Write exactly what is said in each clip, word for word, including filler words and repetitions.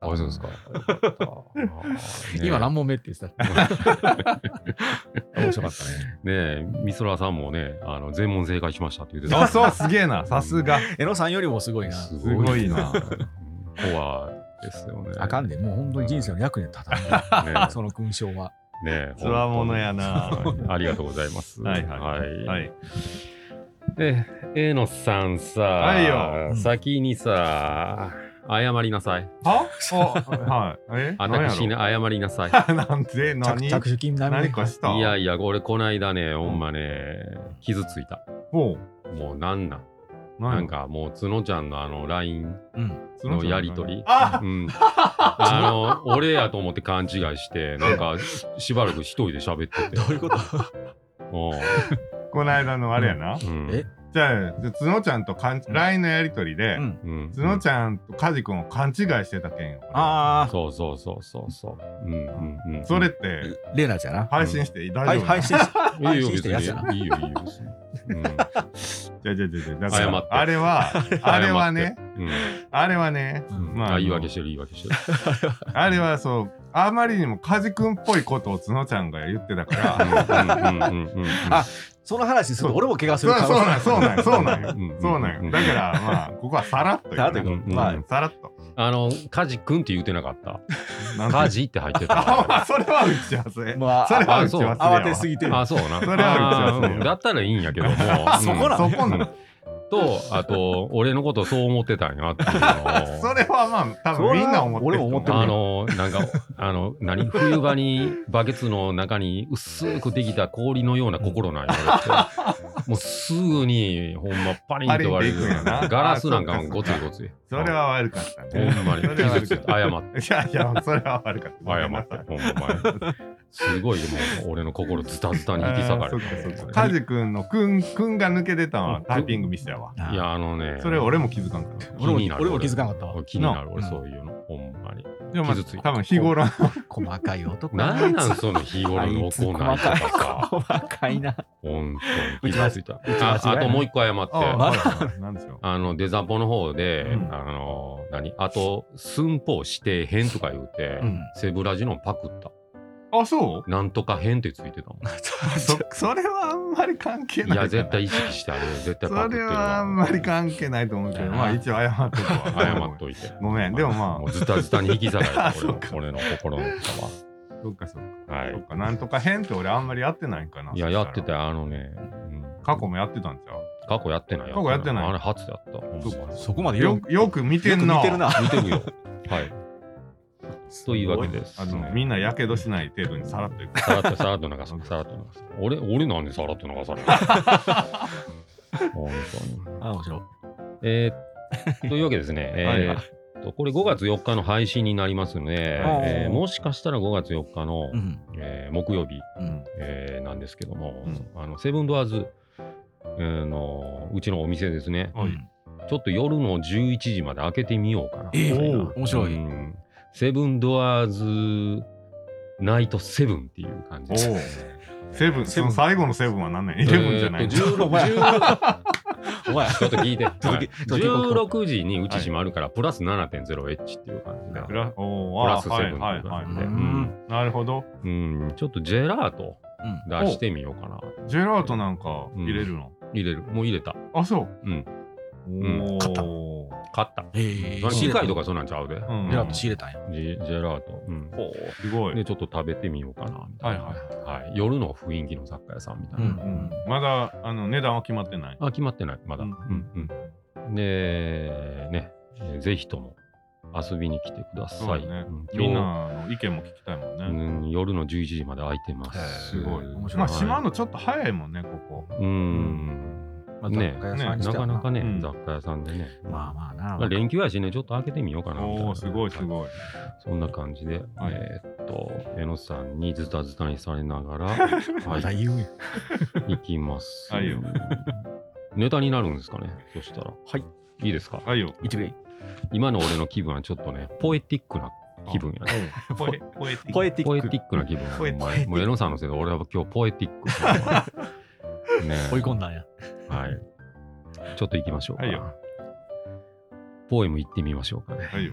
あ、そうですか。 今何問目って言ってた。面白かったね。 ねえ、みそらさんもね、あの全問正解しましたって言ってた。 あ、そう、すげえな、さすが。 江野さんよりもすごいな。 すすごいな。 コアですよね。 あかんで、もう本当に人生の役に立たない。その勲章は。 ねえ、 つわものやな。 ありがとうございます。 はいはいはい。 はい。 で、えのさんさ、 はいよ先にさ、謝りなさい。 ははい。え私に謝りなさい。 なんで何着手金並み何かしたいやいや、俺こないだね、ほんまね、傷ついた。 ほもうなんなんう。 なんかもう、つのちゃんのあの ラインうん。 のやりとり。 あうん。あの、俺やと思って勘違いして、なんかししばらく一人で喋ってて。 どういうことおうこの間のあれやな。 うん。 えじゃあ、じゃあつのちゃんとかん ライン のやりとりでう、ん。 うん。 つのちゃんとかじくんを勘違いしてたけんよ。これああ、 そうそうそうそうそう。うんうんうん。 それってレナちゃんな。 配信していい大はい、 丈夫配信して。 いいよ、 配信別してるやつやな。 に。いいよ、いいよ、別に。うん。 じゃじゃじゃじゃだから謝ってあれは、あれはね、 うん。 あれはね、 うんまあ、 あ、言い訳してる、言い訳してる。 あれはそう、あまりにもカジ君っぽいことをつのちゃんが言ってたから、 うんうんうんうんうん。 あ、その話すると俺も怪我すそうるそうなんそうなんそうなんようんそうなんよ。だからまあここはさらっと言うさらっと言ううんまあさらっと。 あの、カジ君って言ってなかった。 なんてカジって入ってあ、また。 あそれは打ち合わせ。 まあそれは打ち合わせやわ。 慌てすぎてる。 あ、そうな。 それは打ち合わせよあーだったらいいんやけども。 そこなそこなの。 と、あと、俺のことそう思ってたんやっていうのそれはまあ多分みんな思ってると思う。 俺も思ってるあの、なんか、あの、何冬場にバケツの中に薄くできた氷のような心なんや、俺って。もうすぐに、ほんまパリンと割れるパリンっていくんやなガラスなんかもゴツゴツ。 それは悪かったほね。 んまに。 それは悪傷ついた。 かった。 謝って。 いやいや、それは悪かった。ごめ謝ってんなさい。。 ほんまに。すごい、もう俺の心ズタズタに引き裂かれあーそっかそっか。 て。 カジ君のくん、くんが抜けてたのはタイピングミスやわ。 いや、あのね。 それ俺も気づかんかった。 俺も気になる俺も気づかなかったわ。 気になる、俺うんそういうの。ほんまに。 でもまあ傷ついた多分日頃の細かい男なんなんその日頃のあいつ行いとかさ。 細かいな。 ほんとに傷ついた。 打ち間違いああともう一個謝って。 あまだはいはいなんでしょう。 あの、デザポの方で、 うんあの、何あと、寸法指定編とか言うて、 うんセブラジのパクった。 あ、そうなんとか編ってついてたもん。 そそれはあんまり関係ないかな。 いや、絶対意識してあれ、絶対パクってるそれはあんわ。 まり関係ないと思うけど、まあ一応謝っとくわ。 謝っといて。 ごめん、でもまもうズタズタに引き裂かれた、 あそうか俺の俺の心の中は。 あ、そっかそっか。 はいそっか、なんとか変って俺あんまりやってないんかな。 いや、やってたよ。 よ、あのね。うん過去もやってたんちゃう過去やってない。 過去やってないあれ初やった。ほんまそっかそこまでよよくよく見てんな。 よく見てるな。 見てるよ。はい。というわけです。 あのみんなやけどしない程度にさらっといく。 さらっとさらっと流す。さらっと流す。俺、俺なんでさらっと流される本当に。 あ、面白い。 えー、というわけですね。えーっと、これごがつよっかの配信になりますので、 あーえーもしかしたらごがつよっかの、 うん。 えー木曜日、 うん。 えーなんですけども、 うんあのセブンドアーズ、えーのうちのお店ですね、 はいちょっと夜のじゅういちじまで開けてみようかな。 ええみたいな面白いうんセブンドアーズナイトセブンっていう感じおお。セブン、その最後のセブンは何年？イえレブンじゃないーっとじゅうろくお前じゅうろくお前、 ちょっと聞いて。 ちょっと聞いちょっと聞じゅこううろくじにうち閉まるから、プラス ななてんゼロエッジ っていう感じで。 プラおープラスあーセブンはいはいはい。 っていう感じで。 ううんんなるほど。 うん、ちょっとジェラートうん。 出してみようかな。 ジェラートなんか入れるの？ 入れる。もう入れた。 あ、そう。 うん。 おお。 買った買った。 ええ機械とかそんなんちゃうで。 うんジェラート仕入れたんや。 ジェジェラート。うん。 すごい。 で、ちょっと食べてみようかな。みたいな。 はいはい。夜の雰囲気の雑貨屋さんみたいな。 うんうんまだあの値段は決まってない。 あ、決まってない。まだ。 ううんんうん。で、ね、えーぜひとも遊びに来てください。 そうだねうん。 みん今なの意見も聞きたいもん日、 ね。 うん、夜のじゅういちじまで開いてます。 すごい。 面白いまあ閉まるのちょっと早いもんね、ここ。 うーん。 まあね雑貨屋さんにしなてはかなかね、 うん雑貨屋さんでね。 まあまあな。 まあ、連休やしね、ちょっと開けてみようかなみたいな。 おお、すごいすごい。 そんな感じで、 はいえーっと、えのさんにズタズタにされながら、 まだはい、 言うんや。 いきます。 はいよネタになるんですかね、そしたら。 はい。 いいですか。 はいよ。 一部今の俺の気分はちょっとね、ポエティックな気分やね。 ポエポエティポエティック。 ポエティックな気分。 ポエティックお前もうえのさんのせいで俺は今日ポエティック。ね追い込んだんや。 はい。ちょっと行きましょうか。 はいよポエム行ってみましょうかね。 はいよ。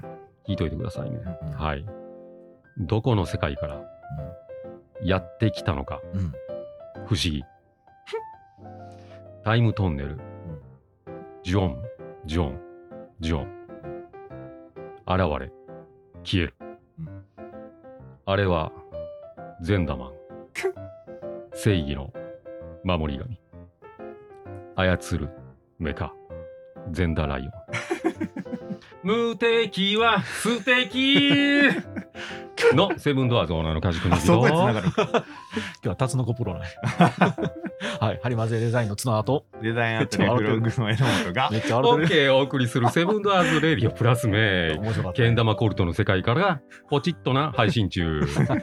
聞いといてくださいね。 うんはい。どこの世界からやってきたのか、 うん不思議。タイムトンネル。ジョン、ジョン、ジョン。現れ、消える。 うんあれは、ゼンダマン。正義の守り神。操るメカ。ゼンダライオン。無敵は素敵のセブンドアーズオーナーの梶君にあそこへ繋がる。 今日はタツノコプロね。はい、ハリマゼデザインの角後。 デザインアトリエフロッグの榎本がめっちゃ笑ってる。 オッケーお送りするセブンドアーズレディオプラスメイ面白かった。 けん玉コルトの世界からポチッとな配信中。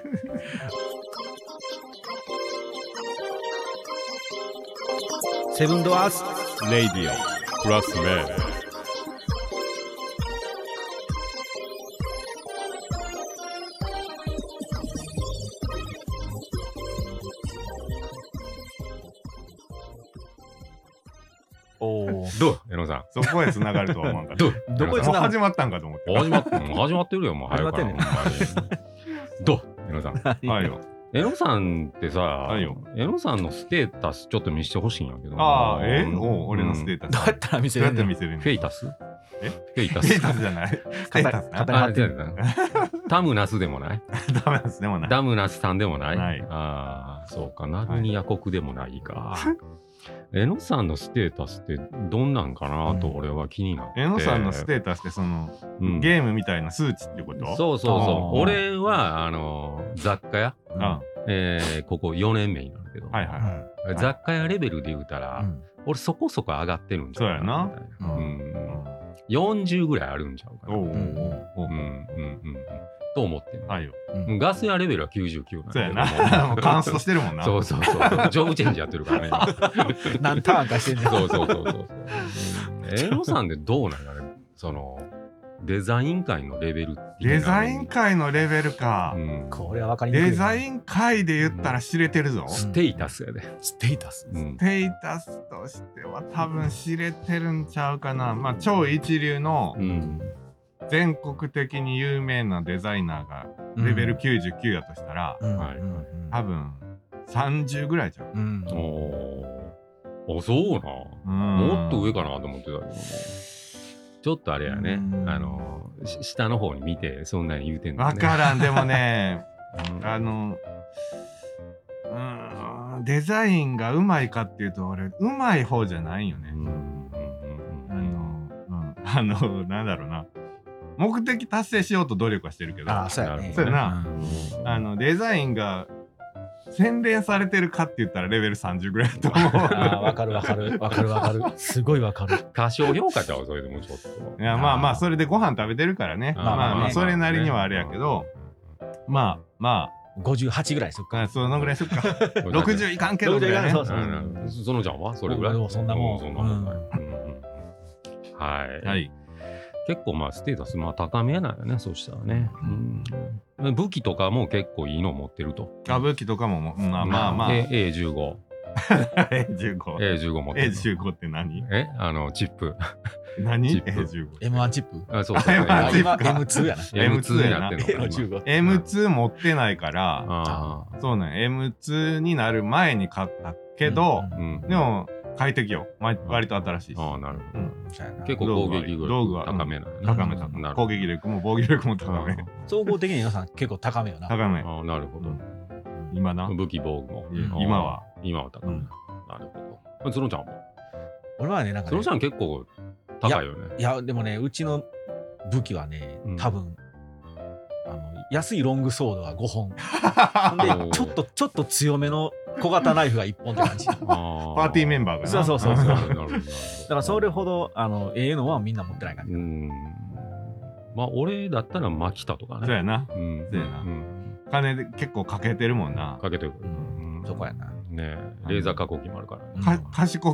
セブンドアーズ。 レディオプラスメイおー。 どう江野さん。 そこへ繋がるとは思わんかった。 どうどこへ繋がるもう始まったんかと思って。 始まってもう始まってるよもう早くから。 始まほんまにどう江野さん。 はいよ。 江野さんってさ、 はいよ江野さんのステータスちょっと見せてほしいんやけど。 ああ、えうんおう俺のステータス。 どうやったら見せどうやれるの？ って見せるの？ フェイタスえフェイタス。 ステータスじゃない。ステータスな。 肩あ、違う違うタムナスでもないダメですでもない。 ダムナスさんでもない、 ないああ、そうか。ナルニア国でもないか。江野さんのステータスってどんなんかなと俺は気になって。 江野さんのステータスってその、 うんゲームみたいな数値ってこと？ そうそうあーそう。俺は、あの、雑貨屋、 あえーここよねんめになるけど、 はいはいはい。 うん雑貨屋レベルで言うたら、 うん俺そこそこ上がってるんちゃうかなみたいな。 ううんんよんじゅうぐらいあるんちゃうかな。 おうおううんおうおううんうんうんうん。と思ってんのはいよ。 うんガス屋レベルはきゅうじゅうきゅうなんそうやだけどな。もうカンストしてるもんな。 そうそうそう。ジョブチェンジやってるからね。今何ターンかしてんねん。 そうそうそうそうそう。江野さんでどうなんやねそのデザイン界のレベルっていうデのはザイン界のレベルかう。ん、 これは分かりにくいな。 デザイン界で言ったら知れてるぞ。 ステータスやで。 ステータス。 うんステータスとしては多分知れてるんちゃうかな。まあ超一流のうん全国的に有名なデザイナーがレベルきゅうじゅうきゅうやとしたら、 うんはいうんうん多分さんじゅうぐらいじゃん。 うんおーあそうな。 うんもっと上かなと思ってたけどね。ちょっとあれやねう。んあのし下の方に見てそんなに言うてんのね。 わからん。でもね、 うんあの、うーん、デザインがうまいかっていうと俺、うまい方じゃないよね。 うんうんあの、うん、あの、なんだろうな。目的達成しようと努力はしてるけど、 ああ、そうやね。 そうやなうんうんあの、デザインが洗練されてるかって言ったらレベルさんじゅうぐらいだと思う。 ああ、わかるわかる。わかるわかる。すごいわかる。 過小評価ちゃうそれでもちょっと。 いや、まあまあ、それでご飯食べてるからね。 あーまあまあ、 まあそれなりにはあれやけど、まあまごじゅうはちぐらいするか。 あ、そのぐらいしとくか。ろくじゅういかんけどぐらいね。 そうそううんそのちゃんはそれぐらい。 でもそんなもんうそんなもんだようんうんはい。 はい。 結構まあステータスまあ高めなんよね、そうしたらね。うん武器とかも結構いいの持ってると。 歌舞伎とかもも、まあまあまあ。 え エーじゅうご。 エーじゅうご。 エーじゅうご 持ってるエーの。 じゅうご って何えあの、チップ。 何チ ?エップーじゅうご。 エムワン チップ。 あそうそう。 あ エムワン チップ今かエムツー やな。 エムツー になってんのかな。 エムじゅうご。 エムツー 持ってないから、 あそうなん エムツー になる前に買ったけど、 あ。うん。 でも快適よ。ま割と新しいし。 ああ、なるほど。 そうやな結構攻撃道具は力高めなんやね高め高め。 なるほど攻撃力も防御力も高め。 総合的に皆さん結構高めよな。 高め。 ああ、なるほど。 今な。 武器防具も。 うんああ今は。 今は高め。 うんなるほど。つのちゃんも。 俺はね、なんかねつのちゃん結構高いよね。 いや、でもね、うちの武器はねうん、 多分、あの、安いロングソードがごほん。 おーで、ちょっと、ちょっと強めの小型ナイフがいっぽんって感じ。だかパパーティーメンバーがな。 そうそうそうそうなるほどなるほどらそれほど、あの、ええのはみんな持ってない感じ。 うん。まあ、俺だったらマキタとかね。 そうやな。 うん。 そうやなうん金で結構かけてるもんな。 かけてくる。 うんうんそこやな。 ねえ、レーザー加工機もあるからね。 うんか賢く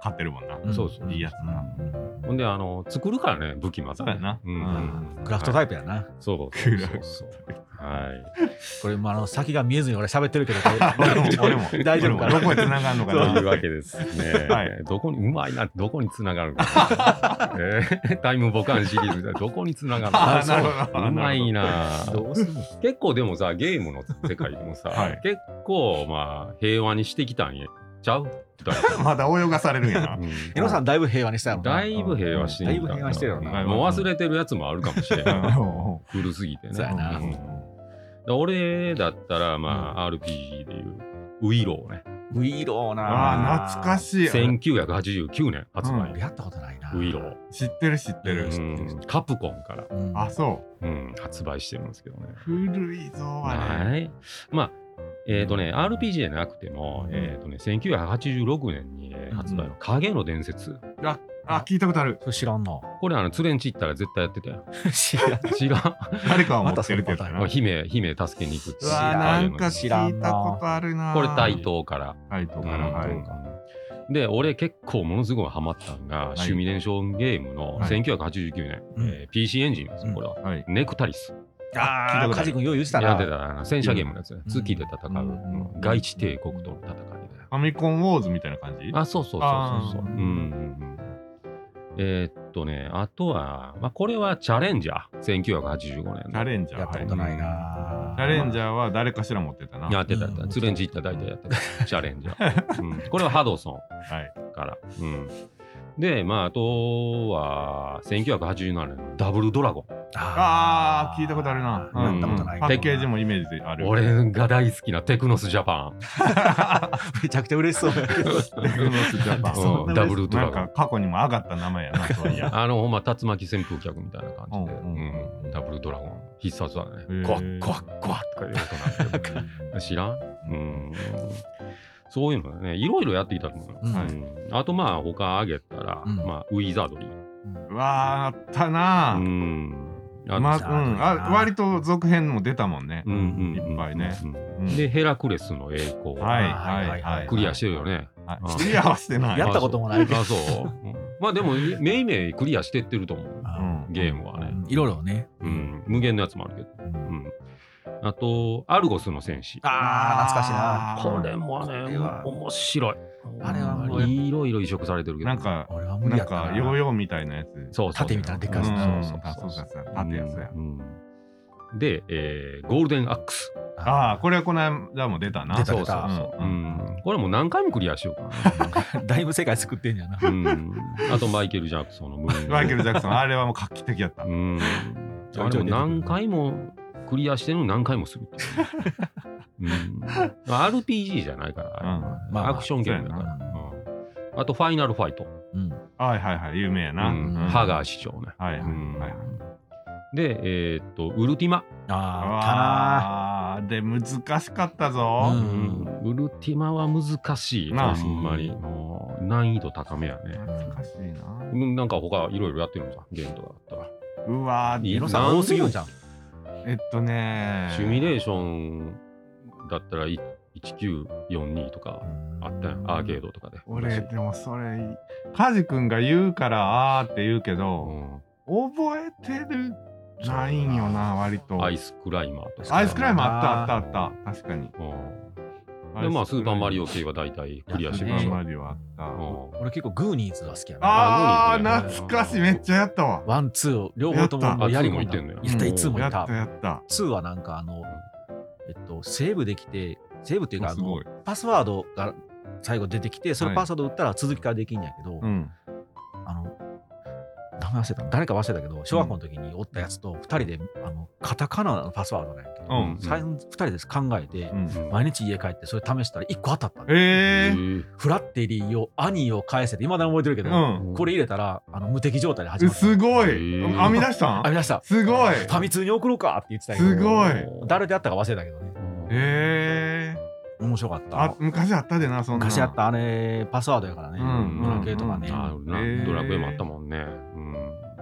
買ってるもんな。 うんそうそういいやつな。 ほんで、あの、作るからね、武器まずね。 そうやな。 うんうんクラフトタイプやな。 そうそうクラフトそうそう。はい。 これ、あの、先が見えずに俺喋ってるけど、これ俺も大丈夫かな。 どこへ繋がるのかとな。 いうわけですね。 はいどこに、うまいな、どこに繋がるのかな。えータイムボカンシリーズでどこに繋がるのかあーなるほどうまいな。 どうすんの結構でもさ、ゲームの世界でもさ、 はい結構まあ平和にしてきたんやちゃうまだ泳がされるんやな。 うん江野さんだいぶ平和にしたよな。 だいぶ平和してだいぶ平和してるよな。 うんもう忘れてるやつもあるかもしれない。 うん古すぎてね。 そうやなうんだ俺だったら、まあ、アールピージー でいうウイローね。 ウイローな。 ああ、懐かしい。 せんきゅうひゃくはちじゅうきゅうねん発売。 俺やったことないな。 ウイロー。 知ってる知ってる。 うんカプコンから、 うん。 あ、そうん、発売してるんですけどね。 う。古いぞ、あれ。 はい。まあ、えっ、ー、とね、アールピージー じゃなくても、えっ、ー、とね、せんきゅうひゃくはちじゅうろくねんにえー発売の影の伝説。 あ、あ、聞いたことある。 それ知らんな。 これ、あの、ツレンチ行ったら絶対やってたよ。 知らん。 知らん。 誰かは持ってるってやつだな。 またそのパターン姫、姫助けに行くっていううわー、 ああないかうんの知らんな聞いたことあるな。 これ、対等から。 対等から。 うんはい。 で、俺結構ものすごいハマったのが、 い趣味伝承ゲームのはいせんきゅうひゃくはちじゅうきゅうねん、 うんえーピーシー エンジンですよ、これは。 はい。 ネクタリス。 ああ、カジ君よう言ってたな。 やってたあの戦車ゲームのやつ、 ん月で戦う、 うんうん外地帝国との戦いで。 ファミコンウォーズみたいな感じ？ あ、そうそうそうそうそう。 あーうんうんうんえーっとね、あとは、まあ、これはチャレンジャー、せんきゅうひゃくはちじゅうごねんの。 チャレンジャー。 やったことないな。 チャレンジャーは誰かしら持ってたな。 やってたやってた。 うんツレンジ行ったら大体やってた。チャレンジャー。うんこれはハドソンはい。 から。うんで、まあ、あとは、せんきゅうひゃくはちじゅうななねんのダブルドラゴン。 あー、聞いたことあるな。 うんやったことないパッケージもイメージある。 俺が大好きなテクノスジャパン。 めちゃくちゃ嬉しそうやけど。 テクノスジャパンそんなダブルドラゴン。 なんか過去にも上がった名前やな、そういや。 あの、ほんま、竜巻旋風脚みたいな感じで、 うんうんうんダブルドラゴン。必殺だねへ。ーコワッコワッコワッとかいう音なんだけど。知らんうん。そういうのね、いろいろやってきたと思うよ。 うんうんあと、まあ、他あげたら、 うんまあ、ウィザードリー。 うわー、あったなうー。 ん。あまあ、 とうん、あ割と続編も出たもんね。 うんうんいっぱいね。 うんうんで、ヘラクレスの栄光。 はいはいはいはい。 クリアしてるよね。 はいうんクリアはしてない。 やったこともないけどあ、そう。うんまあでも、めいめいクリアしてってると思う。 うんゲームはね。 いろいろね。 うん。無限のやつもあるけど。うん。あと、アルゴスの戦士。 ああ、懐かしいな。 あーこれもこねれは、 面白い。 あれはもういろいろ移植されてるけど。 なんか、 俺は無理なんやったな。 か、ヨーヨーみたいなやつ。 そうそう盾みたいなでっかいやつうんそうそうあそうかそうか盾やつやうんうんで、えーゴールデンアックス。 ああ、これはこの間も出たな。 出た出たそうそうううんん。これも何回もクリアしようかな。 だいぶ世界救ってんじゃな。 うん。あと、マイケル・ジャクソンのムーン。 マイケル・ジャクソン、あれはもう画期的やった。 うん。 ちょいちょい出てくるあれも何回もクリアしてるのに何回もするっていうね。うん。アールピージー じゃないから、 うんまあアクションゲームだから。 そうやうんあと、ファイナルファイト。 うん。 はいはいはい、有名やな。 うんうんハガー市長ね。 はいはいうんはいはい。 で、えーっと、ウルティマ。 ああ、 ああ、で、難しかったぞ。 うんウルティマは難しい。 なあほんまに。もう難易度高めやね。 懐かしいな。 うんなんか他いろいろやってるんさ、ゲームとかだったら。 うわー、 いいの江野さん多すぎるんじゃん。 えっとねシミュレーションだったらいちきゅうよんにとかあったやん、アーケードとかで。 俺、でもそれ、カジ君が言うから、あーって言うけうど、 ん覚えてるないんよな、割と。 アイスクライマーとか。 アイスクライムあったあったあった。確かに。 うんで、まあ、スーパーマリオ系は大体クリアしてるでしょ。 スーパーマリオあった。 うん俺結構グーニーズが好きやな。 あー、 あグーニーズね懐かしい。めっちゃやったわ。 ワン、ツーを両方とももうやり込んだ。 あツーも行ってんのよやった、いつもいたやった。やった。 ツーはなんかあの、えっと、セーブできて、セーブっていうか、あのすごい、 パスワードが最後出てきて、そのはいパスワード打ったら続きからできんやけど、 うん。 あの、名前忘れた。誰か忘れたけど、小学校の時におったやつとふたりで、あの、カタカナのパスワードなんやけど、 うんさんふたりで考えてう、ん。 毎日家帰ってそれ試したらいっこ当たったの。 えー。 ーフラッテリーを、兄を返せて、今だに覚えてるけど、 うん。 これ入れたら、あの、無敵状態で始まった。 すごい。 へー編み出したんありました。 すごい。 ファミ通に送ろうかって言ってたけど、 すごい。 誰でやったか忘れたけどね。 えー。 面白かった。 あ、昔あったでな、そんな。 昔やったあれ、パスワードやからね。 うんドラクエとかね。 あるなへードラクエもあったもんね。うん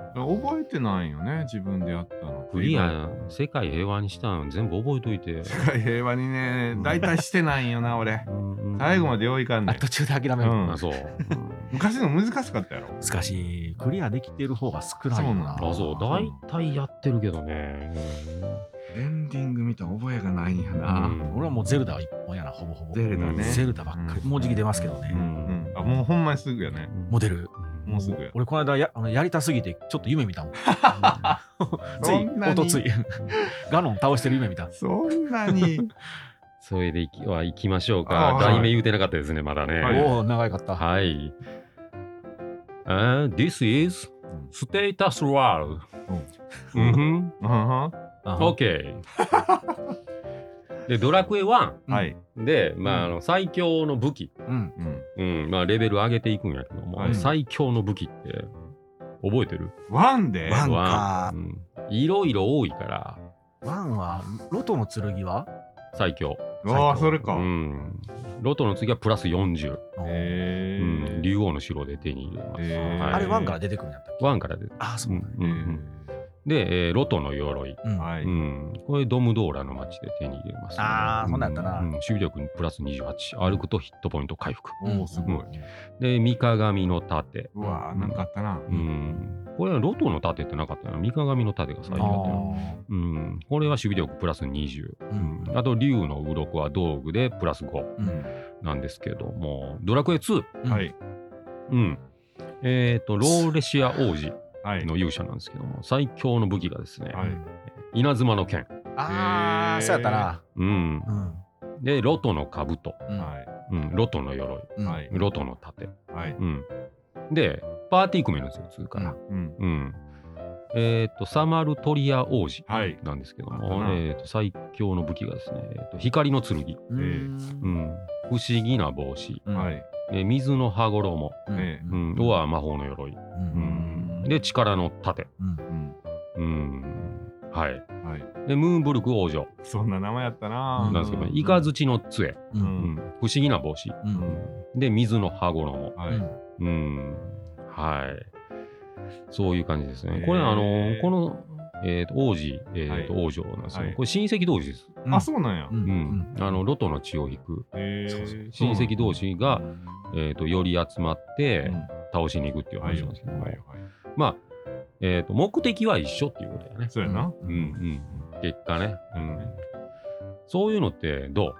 覚えてないよね、自分でやったの。 クリア、世界平和にしたの全部覚えといて。 世界平和にね、大体してないんよな、俺。 うん最後までよういかんねん。 あ途中で諦める、 うんあ、そう。 昔の難しかったやろ。 難しい。クリアできてる方が少ないよな。 そうあ、そう。大体やってるけどね。 エンディング見た覚えがないんやな。 うん俺はもうゼルダは一本やな、ほぼほぼ。 ゼルダね。 ゼルダばっかり。もうじき出ますけどね。 うんうんあ、もうほんまにすぐやね。 モデル。 もうすぐや。 俺この間やあのやりたすぎてちょっと夢見たもん。つい、 そんなにおとつい。ガノン倒してる夢見た。 そんなに。 それでいきは行きましょうあか。 はい題名言うてなかったですね、まだね。 はいおお、長かった。 はい。Uh, this is Status World. うんふん。 うんはあ OK。で、ドラクエワんはい。 ンで、まあ、あの最強の武器、 うん。 うん。 うんまあ、レベル上げていくんやけども、 はい最強の武器って覚えてる？ ワンでワンかうんいろいろ多いからワンは、ロトの剣は最強。 ああ、それうか。 ん。ロトの次はプラスよんじゅう。 へうん、 え。 竜王の城で手に入れます。 へーはいあれワンから出てくるんやったっけワンから出てああ、そうう。 んうんうんで、えーロトの鎧。 うんはい。 うん、これドムドーラの街で手に入れます、 あーそんなんやったなうん、守備力プラスにじゅうはち。歩くとヒットポイント回復。 おお、すごい。 で、三鏡の盾。 うわーなんかあったな。 うん。これはロトの盾ってなかったよな。三鏡の盾が最初だったよ。 あうん。これは守備力プラスにじゅう。 ーうんうんあと、竜の鱗は道具でプラスごうんなんですけども、ドラクエツー。 うんはい。 うん。えっ、と、ローレシア王子はい。 の勇者なんですけども、最強の武器がですね、 はい稲妻の剣。 ああ、 へーそうやったな。 うん。 うん。 で、ロトの兜。 うんはい。 うん。ロトの鎧。 うんはいロトの盾。 はい。 うん。で、パーティー組めるんですよ、ツーから。 うん。 うん。えっ、と、サマルトリア王子はい。 なんですけどあったも、 なえっ、と、最強の武器がですね、えーと光の剣。 ううんん。不思議な帽子。 うんはい。 えー水の羽衣。 うんえううんん。は魔法の鎧。 ううんん。で、力の盾。 うんうん。 うん。はい。 はい。 で、ムーンブルク王女そんな名前やったな。 うんなんですけど、 うんイカズチの杖。 ううんうんん。不思議な帽子。 うんで、水の羽衣。 はい。 うんうん。はい。そういう感じですね。 へーこれ、あの、この、えーと王子、えーとはい王女なんですよ。 はいこれ親戚同士です。 うんあ、そうなんやう。 うんん。あの、ロトの血を引く、 へえ。 そうそう親戚同士がう、んえーと、より集まってうん倒しに行くっていうはい話なんですけども、 はいはい。 まあ、えーと、目的は一緒っていうことだよね。 そうやな。 うんうん。結果ね。うん。そういうのってどう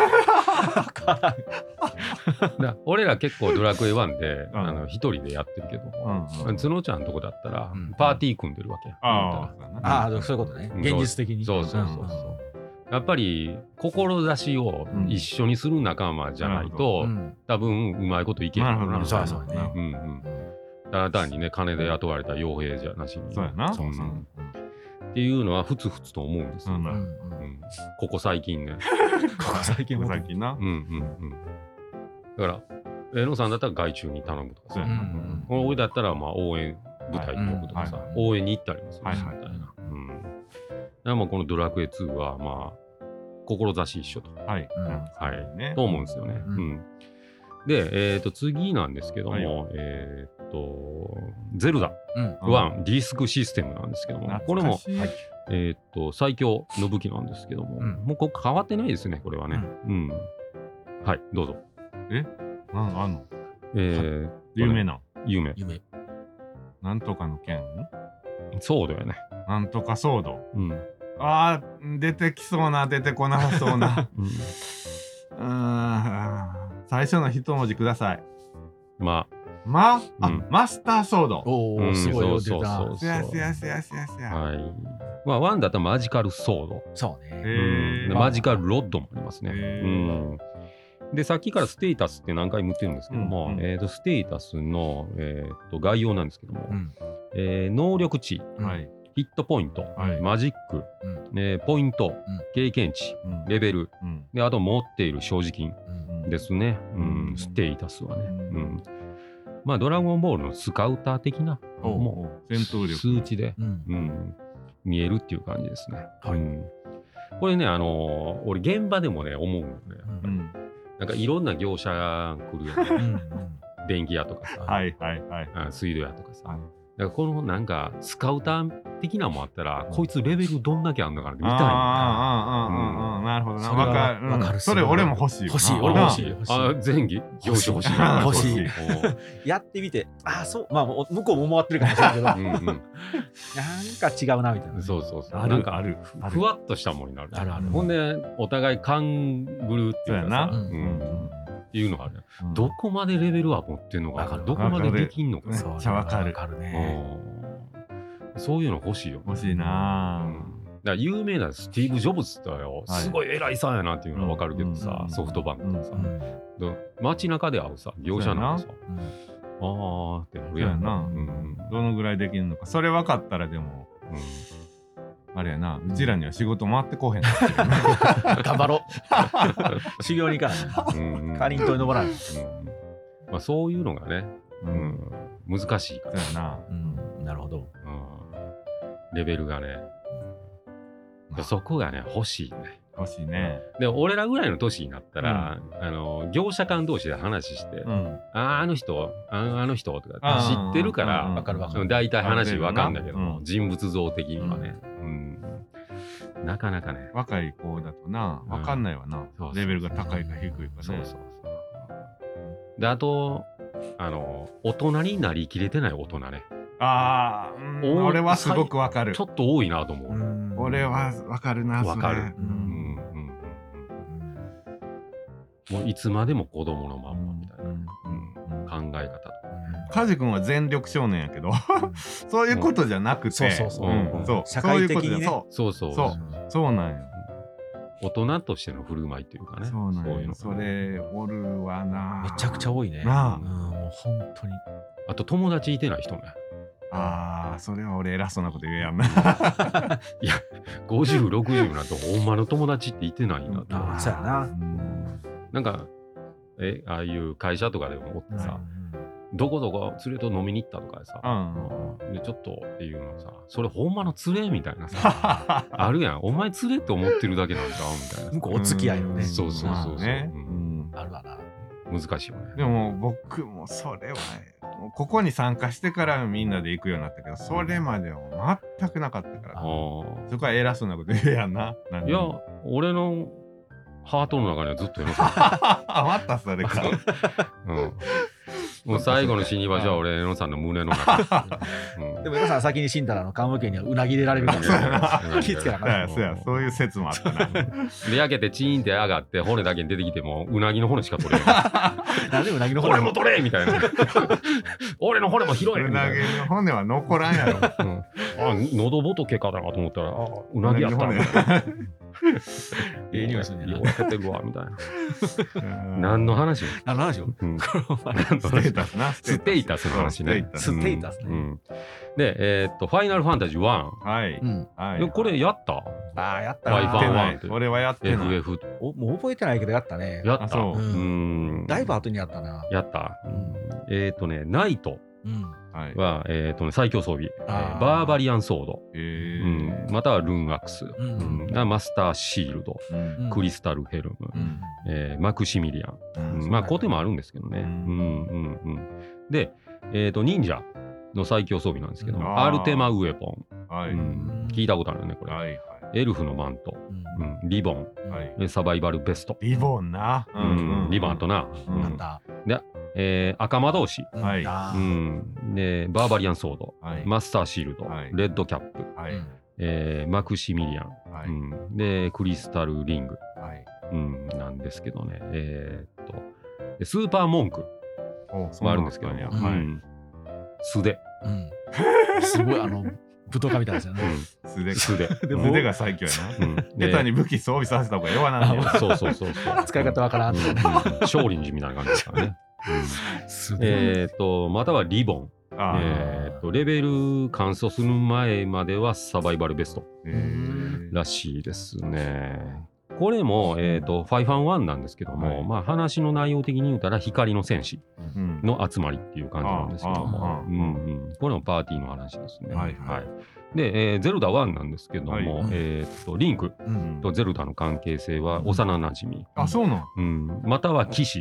だ俺ら結構ドラクエワンで、 うんあの一人でやってるけども、 うんうん。 角ちゃんとこだったら、 うんパーティー組んでるわけ。 ああ、そうやな。 ああ、そういうことね。 うん現実的に。 そうそうそうそう。やっぱり志を一緒にする仲間じゃないと、 うん多分うまいこといけないなるほどなるほど。 そうやそうやねうんうん。ただ単にね、金で雇われた傭兵じゃなしに。 そうやな。 そうそうっていうのはふつふつと思うんですよ。 ううんんうんうんここ最近ね。 ここ最近も最近なう。んうんうん。だから、江野さんだったら外注に頼むとかさそうやな。 うんこの俺だったらまあ応援部隊に行くとかさ、 はい応援に行ったりもするし、 はいはいみたいな。うん。だからまあこのドラクエツーはまあ、志一緒と、 はい。 うんはいね。 と思うんですよね。 ううんん。で、えっ、と、次なんですけども、 はいえっ、と、ゼルダうんワン、ディスクシステムなんですけども、これも、 懐かしいえっ、と、最強の武器なんですけども、 うんもうここ変わってないですね、これはね。うん。はい、どうぞ。 なんあんのえー、 有名な。 有名。 夢。 なんとかの剣そうだよね。 なんとかソード。 うん。 ああ、出てきそうな、出てこなさそうな。 うんうーん。最初の一文字ください。 まま、あ、 うんマスターソード。 おお、 うんすごいよ、出そうたそう。 すやすやすやすやすあ、 や。 はい。まあ、ワンだったらマジカルソード。 そうね。 へうんーでマジカルロッドもありますね。 へーうん。で、さっきからステータスって何回も言ってるんですけども、 うんうんえっ、と、ステータスの、えーと概要なんですけども、 うんえー能力値、 うんはい。 ヒットポイント、 はい。 マジック、 うんえーポイント、 ん経験値、 うんレベル、 うんで、あと持っている所持金うんですね。うんうんステータスはね。 ううんん。まあ、ドラゴンボールのスカウター的な、 おうもおう戦闘う力。 数値で、 うんうん、見えるっていう感じですね。 はいうんこれね、あのー俺現場でもね、思うのね。 ううんん。 なんかいろんな業者来るよね。 うん電気屋とかさ、 はいはいはい。 あ水道屋とかさ。 はいからこのなんかスカウター的なのもあったら、こいつレベルどんだけあんのかなって見たいの。 ああ、うんうんうんうん、なるほどな。 それはわかる。 わかるうんそれ俺も欲しいよな。 欲しい俺も欲しい欲しいあ、前期業種欲しい。 欲しいおーやってみて、ああ、そう、まあ、向こうも思ってるかもしれないけど、なんうんうんか違うなみたいな。 そうそうそう。 あるなんかあるあるふわっとしたものになる。 あるあるほんで、お互い勘ぐるっていうかさ、 そうやなうんうんっていうのがある。 うんどこまでレベルは持ってんのかわかるどこまでできんのかめっそうちゃわかるわかるね。 うんそういうの欲しいよ。 欲しいなうんだから有名なスティーブ・ジョブズだよ、 はいすごい偉いさんやなっていうのはわかるけどさ、 うんソフトバンクとかさ、 うんで街中で会うさ業者なんかさうんあーってなそうるやんやなうんうんどのぐらいできるのか。それ分かったらでも、あれやな、うちらには仕事回ってこうへんなっていうね頑張ろう。修行に行かない。 うんうんうんかりんとうに登らない。 うんまあ、そういうのがね、 ううんん、難しいから、 そうやな。 うん、なるほど。 うん、レベルがねそこがね欲しいね。 欲しいね。 で俺らぐらいの年になったら、あの業者間同士で話して、 うん。 ああの人ああの人とかあー知ってるから、 うんわかるわかる。 大体話わかんだけども、 うん人物像的にはね、うんなかなかね、 若い子だとな、分かんないわな。 そうそうレベルが高いか低いかね。 そうそうそう。で、あと、あの、大人になりきれてない大人ね。 ああ、うんお俺はすごく分かるち。ょっと多いなと思う。うんうん俺は分かるな、それ分かるううんんうんもういつまでも子供のまんまみたいな、 うんうん考え方とか。 カジ君は全力少年やけど、そういうことじゃなくて、 そうそうそううんそう、 社会的にねそういうことじゃそうそうそうそうなんよ。 大人としての振る舞いというかね。 そうなんよ。 いうのそれ、おるわな。 めちゃくちゃ多いね。 なあうん、もう本当に。 あと友達いてない人ね。 ああ、それは俺偉そうなこと言うやんな。 いや、ごじゅう、ろくじゅうになってほんまの友達っていてないなと。 ああ、そうやな。 うんなんか、え、ああいう会社とかでもおってさ、 うんどこどこ連れと飲みに行ったとかでさ、 うん。 でちょっとっていうのさ、それほんまの連れみたいなさ、あるやん。お前連れって思ってるだけなんちゃうみたいな向こうお付き合いのね。 そうそうそうそうまあねううんんあるわな。 難しいよね。 でも僕もそれは、もうここに参加してからみんなで行くようになったけど、それまでは全くなかったから、 あそこは偉そうなこと言うやんな。 あ。いや、俺のハートの中にはずっとエノさあ、またそれか。 ん。うん。もう最後の死に場所は俺、エノさんの胸の中。うんでも、皆さん先に死んだら、あの、棺桶にはうなぎ入れられるかそうやら。 な気ぃつけなあかんそうや、そうや、そういう説もあったな。 で、焼けてチーンって上がって、骨だけに出てきても、うなぎの骨しか取れない。 なんでうなぎの骨も取れみたいな。俺の骨も拾えうみたないぎな。 の骨は残らんやろ。 うんあ、喉仏かだなと思ったら、あうなぎやったうなぎの骨ええ匂いするんやなよう焼けてるわ、みたいな。 うん何の話何の話をうんステータスな。 ステータスの話ね。 ステータスねうんで、えーっと、ファイナルファンタジーワン。 はい。 うん。 はい。 でこれやったああ、やったワイファンな。 ワンって俺はやってない。 エフエフ。 おもう覚えてないけどやったね。 やったあそううん。 だいぶ後にやったな。 やった。 うんえーっとね、ナイトうん。 はい。 は、えーっとね、最強装備。えあーーバーバリアンソード。 えうんまたはルーンアクス。 ううんんマスターシールド。 うんうんクリスタルヘルム。 うんえーマクシミリアン。 うんうんまあ、コテもあるんですけどね。 ううんんうんうん。で、えっ、と、忍者の最強装備なんですけど、 うんアルテマウェポン、 はい。 うん聞いたことあるよね、これ。 はいはい。 エルフのマント、 うんうんリボン、 はい。 えサバイバルベスト、 リボンな。 うんリボンあとな、 うんうんあった。 えー赤魔導士、 はいあーうんでバーバリアンソード、 はい。 マスターシールド、 はいレッドキャップ、 はい。 うんえーマクシミリアン、 はい。 うんでクリスタルリング、 はい。 うんなんですけどね、えーっとでスーパーモンクおもあるんですけども、 そうなんやはい。 うん素手、 うん。すごい、あの、武闘家みたいですよね。 素手素手。 でも素手が最強やな。 うんで下手に武器装備させた方が弱なんだよ。 そうそうそうそう。 使い方わからんうんうん少林寺みたいな感じですからね。うんすごい。 えっと、またはリボン。 あえっと、レベル完走する前まではサバイバルベストーへーらしいですね。これも、えっと、ファイファンワンなんですけども、 はいまあ話の内容的に言うたら光の戦士うんの集まりっていう感じなんですけどああああも、うんうんこれもパーティーの話ですね。 はいはいで、えーゼルダワンなんですけども、 はいえっと、リンクうん。 とゼルダの関係性は幼なじみ。 あ、そうなん。 うん、または騎士っ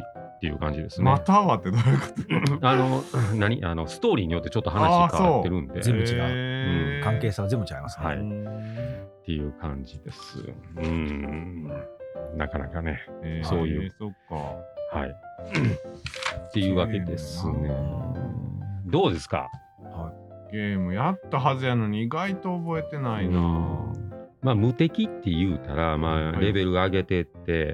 っていう感じですね。 またはってどういうことあの何あのストーリーによってちょっと話変わってるんで、 全部違う、 へー関係性は全部違いますね。 はいうっていう感じです。うん、なかなかね、 えーそういうえーそっか。 はい。っていうわけですね綺麗だな。 どうですか？ ゲームやったはずやのに意外と覚えてないな。 まあ無敵って言うたら、まあはいレベル上げてって、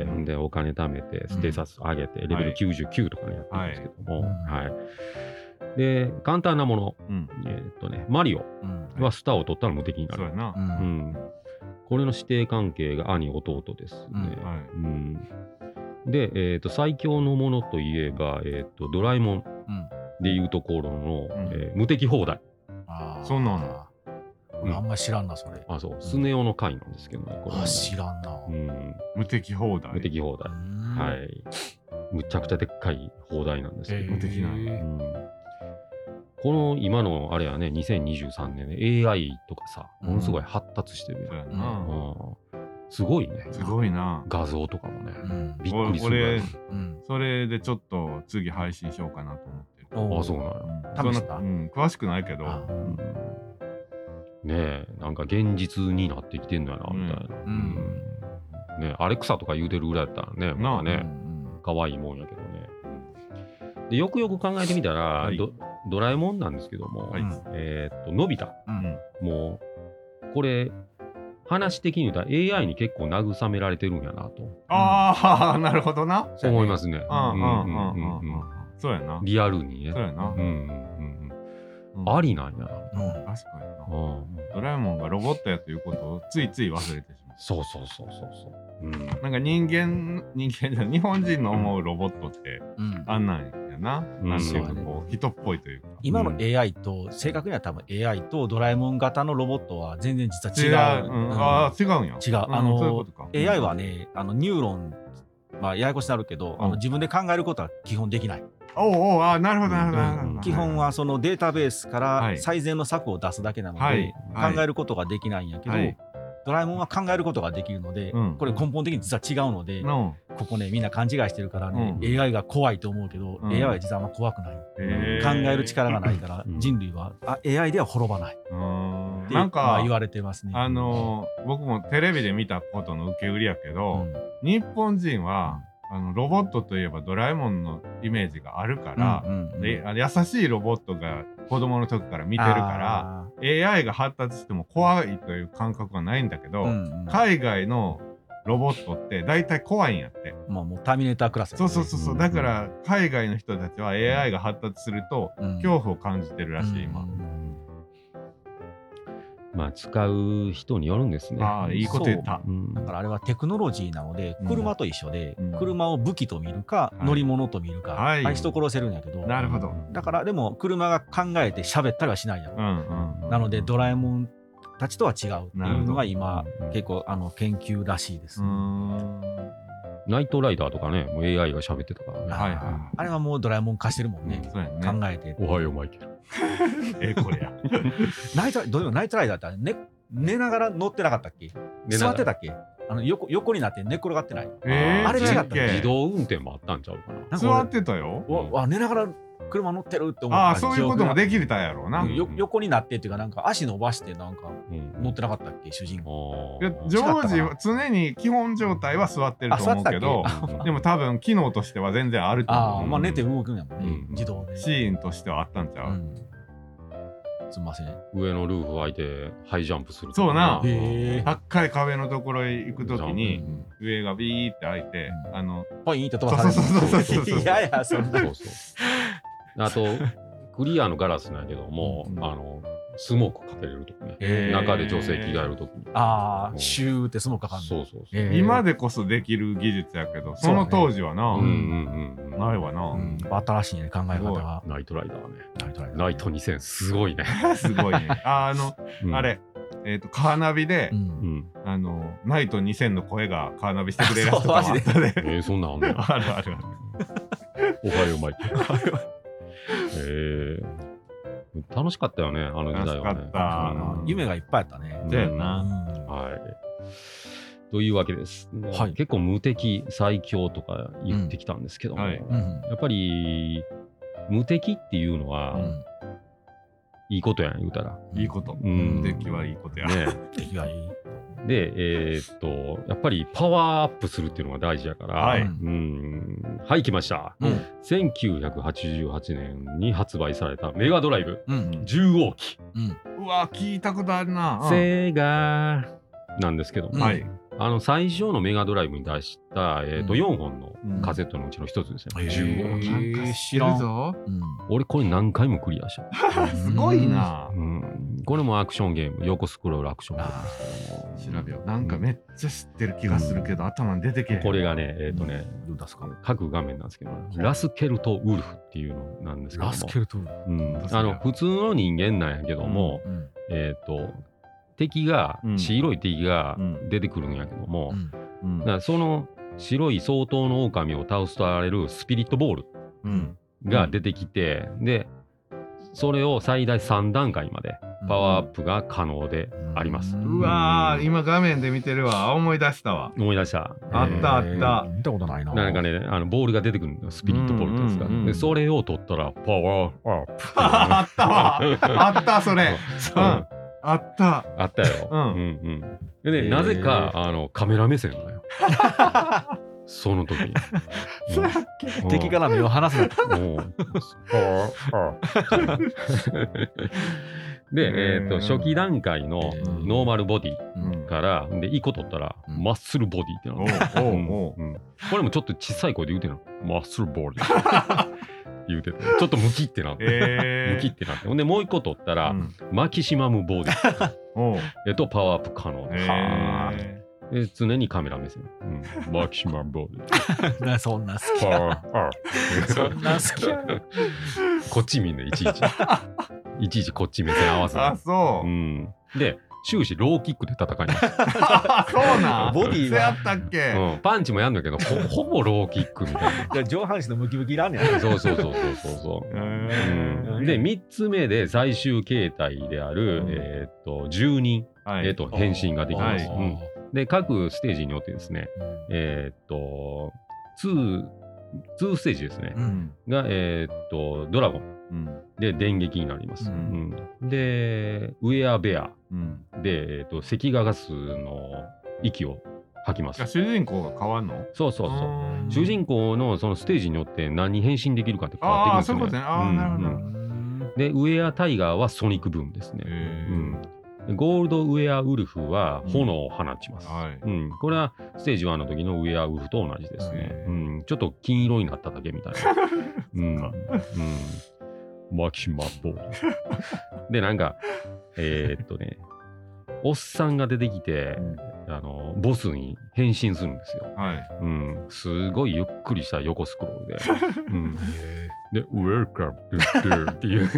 うんでお金貯めてステータス上げて、レベルきゅうじゅうきゅうとかのやってるんですけども、 はいはい。で簡単なもの、 うん。 えーっとねマリオうんはスターを取ったら無敵になる。 そうやなう。 うんん。これの指定関係が兄弟ですね。 うんはい。 うん。で、えーっと最強のものといえば、えーっとドラえもんうんでいうところの、 んえー無敵放題。 あーそうなの俺あんまり知らんなそれ。 あ、そう、スネ夫の回なんですけどね、これはあね。 知らんな。 うん、 無敵放題。 無敵放題。 は。 はいい。むちゃくちゃでっかい放題なんですけど、 無敵なんやうん、この今のあれはね、にせんにじゅうさんねんで エーアイ とかさ、ものすごい発達してるやん。 そうやな。 うんすごいね。 すごいな。 画像とかもね、 うんびっくりするぐらい。 うん。 それでちょっと次配信しようかなと思ってる。 おーあ、そうなんや。 うん試したそのうん、詳しくないけど、 あうんねえ、なんか現実になってきてんのやな、みたいな。 うんうんねえ、アレクサとか言うてるぐらいやったらね、まあね、 うん可愛いもんやけどね。でよくよく考えてみたら、 はいドドラえもんなんですけども、 はいえーっと、のび太、 うんもう、これ、話的に言うたら エーアイ に結構慰められてるんやなとああ、なるほどな。 そうやね思いますね。 うんうんうんうんうんうん。そうやな。 リアルにね。 そうやなうんうんうんうんうん。ありなんやな。 うん確かにな。 うんドラえもんがロボットやということをついつい忘れてしまそうそうそうそうそう。うん。 う。なんか人間、人間じゃない日本人の思うロボットってうんあんなんやな。 うんなんていうかそうやねこう、人っぽいというか。 今のうんエーアイ と正確には多分 エーアイ とドラえもん型のロボットは全然実は違う。 うんうんああ、違うんや。 違う。あんそういうこのとか。 エーアイ はね、あのニューロン、まあややこしになるけど、あうんの自分で考えることは基本できない。 おうおう、ああ、なるほど、なるほどなるほど。 基本はそのデータベースかはいら最善の策を出すだけなので、 はいはい考えることができないんやけど、 はいドラえもんは考えることができるので、 うんこれ根本的に実は違うので、 の、 ここねみんな勘違いしてるからね、 うんエーアイ が怖いと思うけど、 うんエーアイ は実はあんま怖くない。 へ考ーえる力がないから、 うん人類はあ エーアイ では滅ばないっうーんてなんかまあ言われてますね。 あのー僕もテレビで見たことの受け売りやけうど、 ん日本人は、あのロボットといえばドラえもんのイメージがあるから、 うんうんうんであの優しいロボットが子供の時から見てるからあエーアイ が発達しても怖いという感覚はないんだけど、 ーうんうん海外のロボットって大体怖いんやって。 まあもうターミネータークラスやねそうそうそうそう、 うんだから海外の人たちは エーアイ が発達するとうん恐怖を感じてるらしい今、 うんまあ、使う人によるんですね。 ああいいこと言った。 うんだからあれはテクノロジーなので、 うん車と一緒で、 うん車を武器と見るか、 はい乗り物と見るか、 はいあれ人殺せるんやけど、 なるほど。 だからでも車が考えて喋ったりはしないやろ。 うんうん、 なのでドラえもんたちとは違うっていうのが今うん結構あの研究らしいです。 うーんナイトライダーとかね、もう エーアイ が喋ってたからね。 はいはいああれはもうドラえもん化してるもんね。 そうやね。 考えて。 おはようマイケル。 ええこれや。 ナイトどういうのナイトライダーってあれ、ね、寝ながら乗ってなかったっけ座ってたっけあの横横になって寝っ転がってない。 えー、 あれ違ったっけ自動運転もあったんちゃうかな。 なんか座っ俺てたよ。 わわ寝ながら車乗ってるって思ったああ、そういうこともでできたやろうな。 よ横になってっていうかなんか足伸ばしてなんかうん乗ってなかったっけ主人公。 あいやジョージは常に基本状態は座ってると思うけどあ座ってたっでも多分機能としては全然あるとああ、 思う。 まあ寝て動くんやもんね、 うん自動で。 シーンとしてはあったんちゃう、 うんすみません。へ上のルーフ開いてハイジャンプする。 そうなえ。 高い壁のところへ行くときにうん上がビーって開いて、 うんあのポインって飛ばされる。 そうそうそうそうそういやいや、そんな。 そうそう。あと、クリアのガラスなんやけども、 うんあの、スモークかけれるときね。 へー中で女性着替えるときに。 ああ、 うんシューってスモークかかんの。 そうそうそう。 へー今でこそできる技術やけどその当時はな、 うんうんうんうん。 ないわな、 うん新しいね、考え方が。 ナイトライダーね。 ナイトライダーナイトにせん、すごいね。 すごいね。ああの、 うんあ。れえっ、とカーナビで、 うんうん。 あのナイトにせんの声がカーナビしてくれるやつとかもあったで。 えー、そんなんあんねや。 あるあるある。 おはようマイケル。えー、楽しかったよね、あの時代はね。 楽しかったうん夢がいっぱいあったね。 そうやうな。 んはい。 というわけです。 はい結構無敵最強とか言ってきたんですけども、 うんはいうんやっぱり無敵っていうのは、 うんいいことやん言うたら。 いいこと。 うん敵はいいことや。 ね、 敵がいい。 で、えーっとやっぱりパワーアップするっていうのが大事やから、 はいうんはい来ました。 うんせんきゅうひゃくはちじゅうはちねんに発売されたメガドライブうんじゅう号機、 うんうわ、聞いたことあるな。うんセガなんですけども、 うんはい。 あの最初のメガドライブに出した、えーとうんよんほんのうんカセットのうちの一つですね、 へーじゅう号機。 なんか知ってるぞ。 うん俺これ何回もクリアした、 すごいな。 うん、これもアクションゲーム、横スクロールアクションゲームですけども調べよう。なんかめっちゃ知ってる気がするけど、頭に出てけへん。 これがね、えっ、とね、 どうですか各画面なんですけど、ラスケルト・ウルフっていうのなんですけども、 ラスケルト。 うんどうするあの普通の人間なんやけども、 うんえっ、と、敵が、 うん白い敵がうん出てくるんやけども、 うんうんだからその白い相当の狼を倒すと現れるスピリットボールうんが出てきて、で、それを最大さん段階までパワーアップが可能であります。 うわー、今画面で見てるわ。思い出したわ。 思い出した。 あったあえーった見たことないな。 なんかね、あのボールが出てくるんだよ、スピリットボールってやつが。 うんうんうんで、それを取ったら、パワーアップ。 あったわ。あった、それ。 そううんあった。 あったよ。 うんうんうんでね、 へーなぜかあのカメラ目線だよ。その時に。うん敵から目を離すな。 もうパワーアップで、えーと、初期段階のうんノーマルボディうんから、で、いっこ取ったら、 うんマッスルボディってなる。 おうおうんうおううんこれもちょっと小さい声で言うてんの。マッスルボディ。言うてて、ちょっとムキってなって。 えームキってなって。ほんで、もういっこ取ったら、 うんマキシマムボディ。 おうえっと、パワーアップ可能。 えで常にカメラ目線。うん、マキシマムボディ。 なそんな好きパや。 ワーアップ。 そんな好きや。 こっち見んね、いちいち。いちいちこっち目線合わせーあ、 て。 そうう。 ん。で、終始ローキックで戦います。 そうなん。 ボディはそうやったっけ。 うん、パンチもやんだけど、ほほぼローキックみたいな。 じゃあ上半身のムキムキいらんねや。 そうそうそうそうそうそう。 へーうん、で、みっつめで最終形態である、 うんえーっと、じゅうにんはいへと変身ができます。 はいうんで、各ステージによってですね、えーっと、に、にステージですね。 ううんんが、えーっと、ドラゴンうんで電撃になります。 ううんで、ウェアベアうん。 で、えーっと、赤ガガスの息を吐きます。 主人公が変わんの？ そうそうそう。 うん主人公のそのステージによって何に変身できるかって変わってくるんああ、 ですよね。 そういうことね。ああ、なるほど。 うんで、ウェアタイガーはソニックブームですね。 へーうんでゴールドウェアウルフは炎を放ちます。 はいうん、これはステージワンの時のウェアウルフと同じですねへ。ーうん、ちょっと金色になっただけみたいな。うん。うん。マキシマボール。で、なんか、えーっとね、おっさんが出てきて、あの、ボスに変身するんですよ。 はい。 うん。すごいゆっくりした横スクロールで。うん。で、Welcome to the っていう。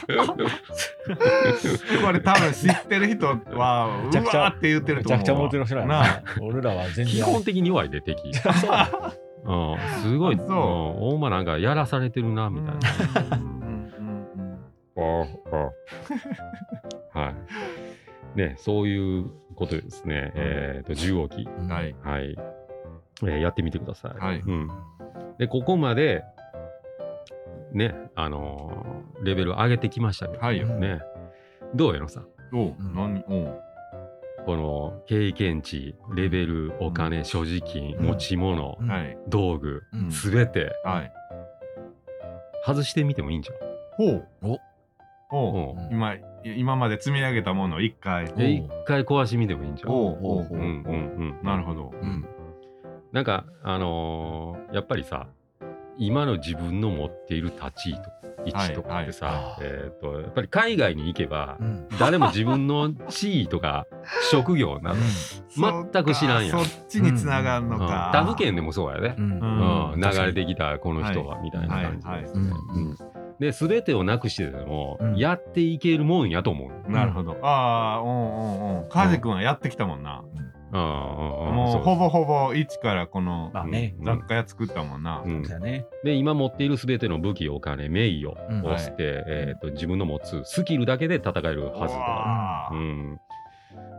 これ多分知ってる人は、うめちゃくちゃわーって言ってると思うわ。 めちゃくちゃモテる人なんなやな。俺らは全然。 基本的に弱いで、敵。うん、すごい、 あそううん、大間なんかやらされてるな、みたいな。 うんうんうんああはい。ね、そういうことでですね、えっと、じゅう号機、 うんはい。 はい、えーやってみてください。 はいうん。で、ここまで、ね、あのーレベル上げてきましたけど、 はいよ。 ね、どうやろさん、 おう、何おうこの経験値、レベル、お金、所持金、 うん持ち物、 うんはい。 道具、 うんすべてはい。 外してみてもいいんじゃん。 ほう。 おおう。 うん今、今まで積み上げたものを一回。 で、一回壊してみてもいいんじゃん。 おうおうおううんうんうん。 なるほど。 うんなんか、あのーやっぱりさ、今の自分の持っている立ち位置と位置とかってさ、 はいはいえっ、と、やっぱり海外に行けば、 うん誰も自分の地位とか職業など、全く知らんやんそっかそっちにつながるのうんか。 他府県でもそうやね。 うんうんうん流れてきたこの人は、みたいな感じですね。 はいはいうんで、全てをなくしてでも、 うんやっていけるもんやと思う。 なるほど。ああ、うんうんうん。カジ君はやってきたもんな。 うんうんうんもそうほぼほぼ一からこのまあね。 うん雑貨屋作ったもんな。 うんそうやね。 で、今持っている全ての武器、お金、名誉うんをして、えーと自分の持つスキルだけで戦えるはずだ。 わあうん、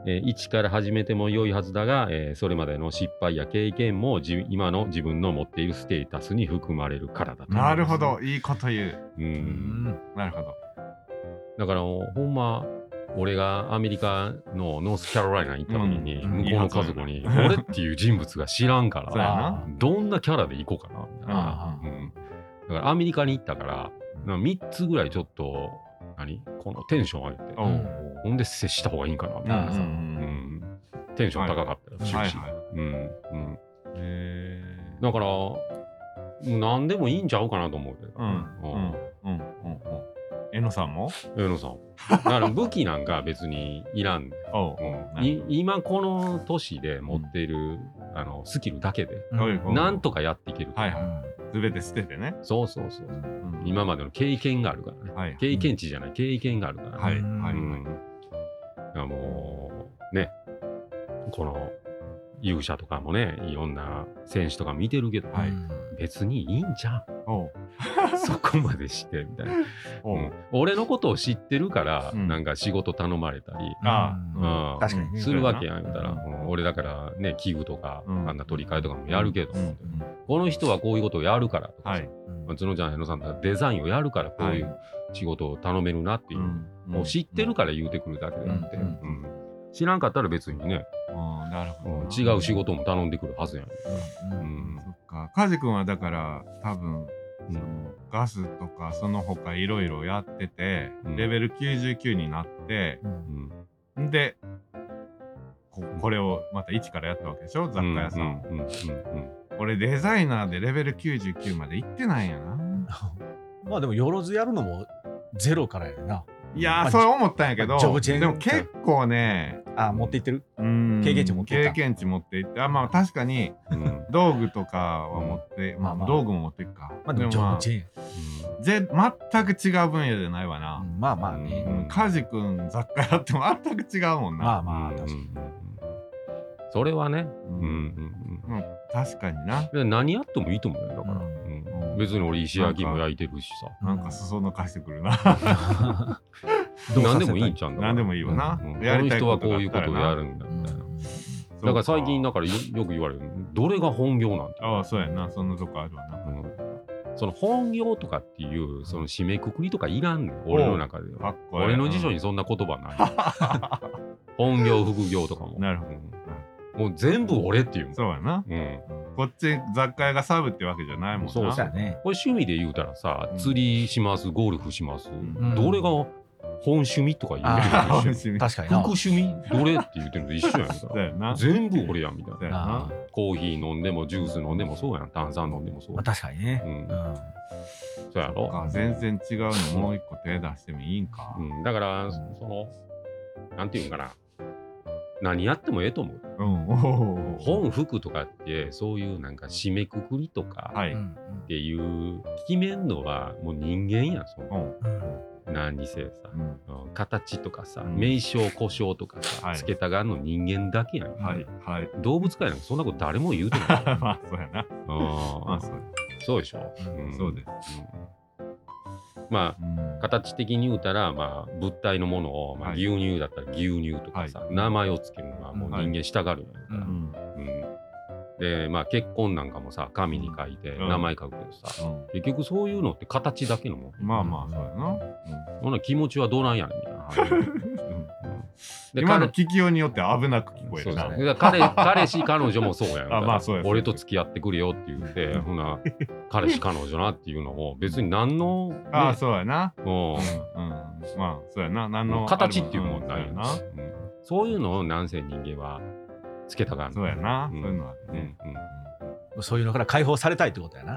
えー、一から始めても良いはずだが、えー、それまでの失敗や経験もじ今の自分の持っているステータスに含まれるからだと、 なるほど、いいこと言う。 う。 うんん。 なるほど。 だからほんま俺がアメリカのノースカロライナに行った時に、 うん向こうの家族に俺っていう人物が知らんかそうやらな。 どんなキャラで行こうかなみたいな、 あうん、だからアメリカに行ったからなんかみっつぐらいちょっと何このテンション上げて、 おうほんで接した方がいいんかなみたいなさ、 うんうんうんテンション高かったよ、終始、 はいはい。 うんうんへだからもう何でもいいんちゃうかなと思うけど、 ーうんうんうんうんうん。えのさんも？ 上野さんだから武器なんか別にいらん、 おう。 うん、い今この年で持っている、あのスキルだけで、 うん。 うんうんなんとかやっていける、 はいはい。すべて捨ててね。 そうそうそう、 うん今までの経験があるからね、 はい。 経験値じゃない経験があるからね、 はいうんはいうんだからもうねこの勇者とかもねいろんな選手とか見てるけど、 はいうん別にいいんじゃんおうそこまでしてみたいな、 おう。 うん俺のことを知ってるから、 うんなんか仕事頼まれたり、 あうん確かにねするわけやん言うたら、 うんうん俺だからね器具とか、 うんあんな取り替えとかもやるけど、 うんうんこの人はこういうことをやるからとかさ、 はい。 うん角ちゃん、へのさんとかデザインをやるからこういう仕事を頼めるなっていう、もう知ってるから言うてくるだけであって、 うんうん知らんかったら別にね、 うん、なるほどな。 うん違う仕事も頼んでくるはずやん。 うんうんそっか。カジ君はだから多分、 うんそのガスとかその他いろいろやってて、 うんレベルきゅうじゅうきゅうになって、 うんうんんでここれをまた一からやったわけでしょ、雑貨屋さん。 うんうんうんうん俺デザイナーでレベルきゅうじゅうきゅうまで行ってないんやな。 まあでもよろずやるのもゼロからやでな。 いやー、 まあそう思ったんやけど、 ジョブチェーンでも結構ね、 あ、持っていってる。 うん経験値持っていった経験値持っていって、あ、まあ確かにうん道具とかは持って、まあまあまあ道具も持っていくか。 まあでもジョブチェーン。 ぜ全く違う分野じゃないわな。 うんまあまあね。 うん、カジ君雑貨やっても全く違うもんな。 まあまあうん確かに。 それはね、 うんうんうんうん確かにな。 うん、何やってもいいと思うよだから、 うんうん別に俺石焼きも焼いてるしさ、 なんか裾野貸してくるな。 何でもいいんちゃうんだから何でもいいわな。 うんやりたいこの人はこがういうことをあったらなやるんだみたいな、 うんだから最近だからよよく言われるどれが本業なんて、 ああ、そうやな。そんなとこあるわな。 うんその本業とかっていうその締めくくりとかいらんねん俺の中では。 かっこいい。 俺の辞書にそんな言葉ない本業副業とかもなるほどうんもう全部俺っていうもんそうやな。 うんこっち雑貨屋がサブってわけじゃないもんな。 そうそうやね。 これ趣味で言うたらさうん釣りしますゴルフします、 んどれが本趣味とか言うてあるの一緒やん確かにな。 副趣味どれって言ってるのと一緒やんかそうやな。 全部俺やんみたいなそうやあな。 コーヒー飲んでもジュース飲んでもそうやん炭酸飲んでもそうまあ確かにねう。んうんそうやろか全然違うのもう一個手出してもいいんか。 うん、だから、その、なんていうんかな、何やってもええと思う。 うん。おー本、服とかって、そういうなんか締めくくりとかはい。 うんっていう、決めんのはもう人間やん、そのうん。 うん何にせよさ、 うん。 うん形とかさ、 うん名称、故障とかさ、 はいつけたがんの人間だけやん。 はい。はい。 動物界なんかそんなこと誰も言うてない。 まあ、そうやな。 うんまあ、そう。 そうでしょ。 うんそうです。 うんまあ、 うん形的に言うたら、まあ、物体のものを、まあ、 はい牛乳だったら牛乳とかさ、 はい名前をつけるのはもう人間したがるんやから、 ううんん。 うんで、まあ、結婚なんかもさ紙に書いてうん名前書くけどさ、 うん。 結局そういうのって形だけのもん、 まあまあ、そうやな。 ほな気持ちはどないやねんみたいな話、 うん。 で今の彼聞きようによって危なく聞こえるな。 そうそうだから彼彼氏彼女もそうやんあまあそうやそうや俺と付き合ってくれよって言って、ほな彼氏彼女なっていうのを別に何の、ね、 ああ、そうやな。 うんうん。うん。まあ、そうやな。何の。 形っていうもんないよな、 そうやな。 うんそういうのをなんせ人間はつけたがるそうやな。 うんそういうのはうんね。 そういうのから解放されたいってことやな。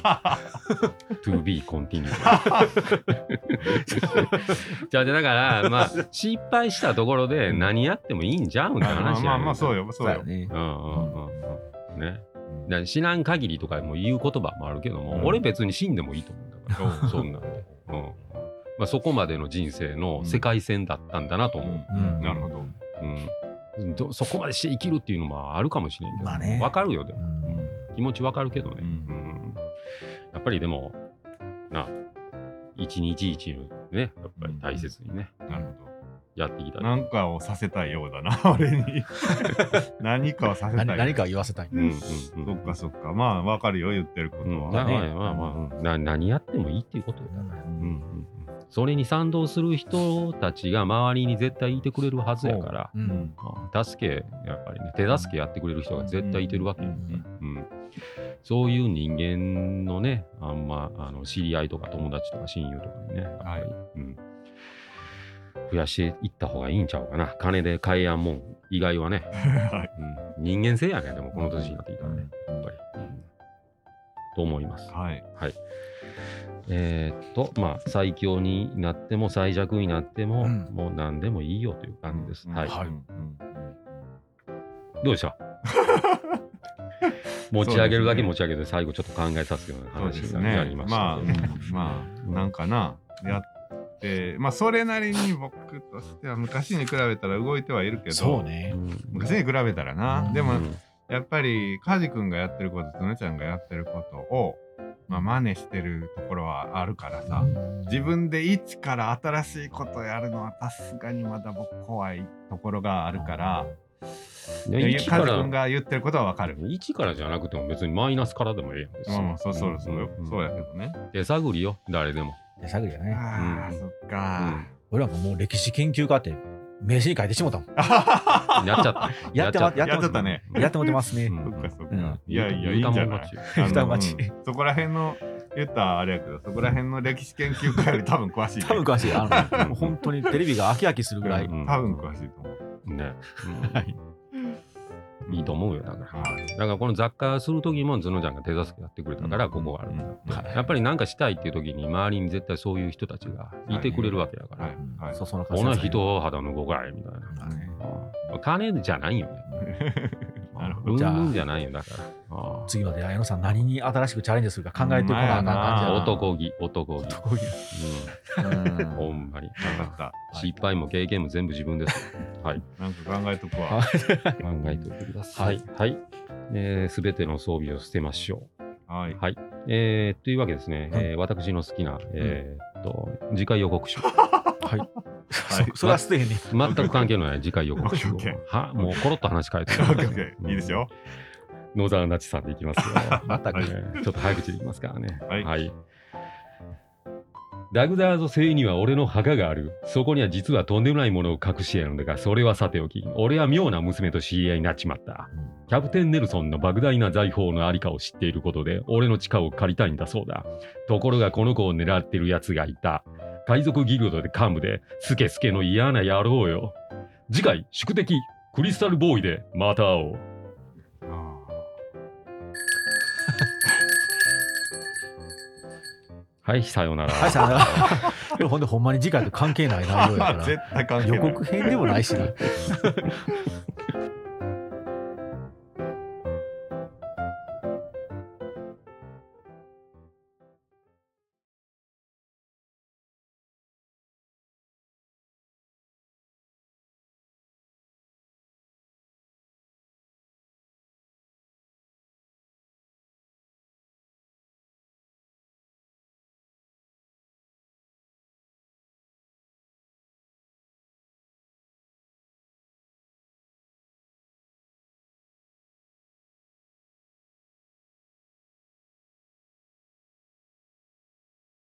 to be continued じゃあだからまあ失敗したところで何やってもいいんじゃうんってまあ話やねんまあまあ、そうよ。そうよ。 ね。 うんうんうんうんねうんだから知らん限りとかも言う言葉もあるけども、 うん俺別に死んでもいいと思うんだから、そんなんで、うんまあ、そこまでの人生の世界線だったんだなと思う、 うんなるほど。 うんどそこまでして生きるっていうのもあるかもしれんけど、 まあねわかるよでも、 うん気持ちわかるけどね、 うんうんやっぱりでもな一日一日ねやっぱり大切にね、 なるほど。 やってきたり。 なんかをさせたいようだな、俺に。何かをさせたい。 何何か言わせたい。 うんうんうん。 そっかそっか。まあ、わかるよ、言ってることうん、 は。 だからねまあまあ、うんな何やってもいいっていうことよ。 ううんんうんうん、それに賛同する人たちが周りに絶対いてくれるはずやから、 う。 うんんまあ助け、やっぱりね、手助けやってくれる人が絶対いてるわけよ。 うんうんそういう人間のね、あんまあの知り合いとか友達とか親友とかにね、やっぱり、 はいうん、増やしていった方がいいんちゃうかな。金で買えやんもん、以外はね、 はいうん、人間性やね、でもこの年になってきたらね、やっぱり。うんと思います。 はい。 はい。えーっと、まあ、最強になっても最弱になっても、 うんもう何でもいいよという感じです。はい。 はいうんうんどうでした持ち上げるだけ持ち上げて、最後ちょっと考えさせるようなそう話にですね。 なりましたまあ、 けど。 うんまあ、なんかな、やって、まあ、それなりに僕としては昔に比べたら動いてはいるけど、 そうね。 うん昔に比べたらな、 うんでも、 うんやっぱり、カジ君がやってることとねちゃんがやってることを、まあ、真似してるところはあるからさ、自分で一から新しいことをやるのはさすがにまだ僕怖いところがあるから、 いやいや一からカジ君が言ってることはわかる。 一からじゃなくても別にマイナスからでもええやん別に。 まあまあ、そうそうそうよ、 んそうやけどね。 手探りよ、誰でも。 手探りやね。 ああ、 うんそっか。 俺なんかもう歴史研究家って名刺に書いてしもたもん。 やっちゃった。 やってま、 ややっちゃったね。 やってもってますね。 うんそっかそっか。 うんいやいや、い言うたいんじゃないもん勝ちあの言うたもん勝ちうんそこら辺の、言ったらあれやけど、そこら辺の歴史研究家より多分詳しい、ね。 多分詳しい。あの、もう本当にテレビが飽き飽きするぐらい。 うん多分詳しいと思う。 ね。うんはいいいと思うよ、だから。 はいだからこの雑貨する時もズノちゃんが手助けやってくれたから、ここがあるんだって、 はいやっぱりなんかしたいっていう時に周りに絶対そういう人たちがいてくれるわけだから、 はいはい。 そそのこの人肌の動かいみたいな。 まあねうん金じゃないよね。 なるほど。 うんじゃあうんじゃないよ、だから。ああ次まで綾野さん何に新しくチャレンジするか考えてこなあかん感じやな。 男気、男気。 男気うん、 うん。 ほんまに。 わかった。 失敗も経験も全部自分ですよ。はい。 なんか考えとくわ。 考えておいてください。 ははい。えー、全ての装備を捨てましょはい。 う。はい。えー、というわけですね、 うんえー私の好きな、えーっと、次回予告書。 はい。そそれは捨てへんね。 全く関係のない次回予告書オッケーオッケは、もうコロッと話変えてオッケーオッケーいいですよ。 野沢那智さんでいきますよ。 またえーちょっと早口でいきますからね。 はいダグダーゾ星には俺の墓がある。そこには実はとんでもないものを隠してやるんだが、それはさておき、俺は妙な娘と知り合いになっちまった。キャプテンネルソンの莫大な財宝のありかを知っていることで、俺の地下を借りたいんだそうだ。ところがこの子を狙ってる奴がいた。海賊ギルドで幹部で、スケスケの嫌な野郎よ。次回、宿敵、クリスタルボーイでまた会おう。 あはい、さようなら。 はい、さよなら。でもほんでほんまに次回と関係ない内容やかー絶対関ら。 係ない。 予告編でもないしな。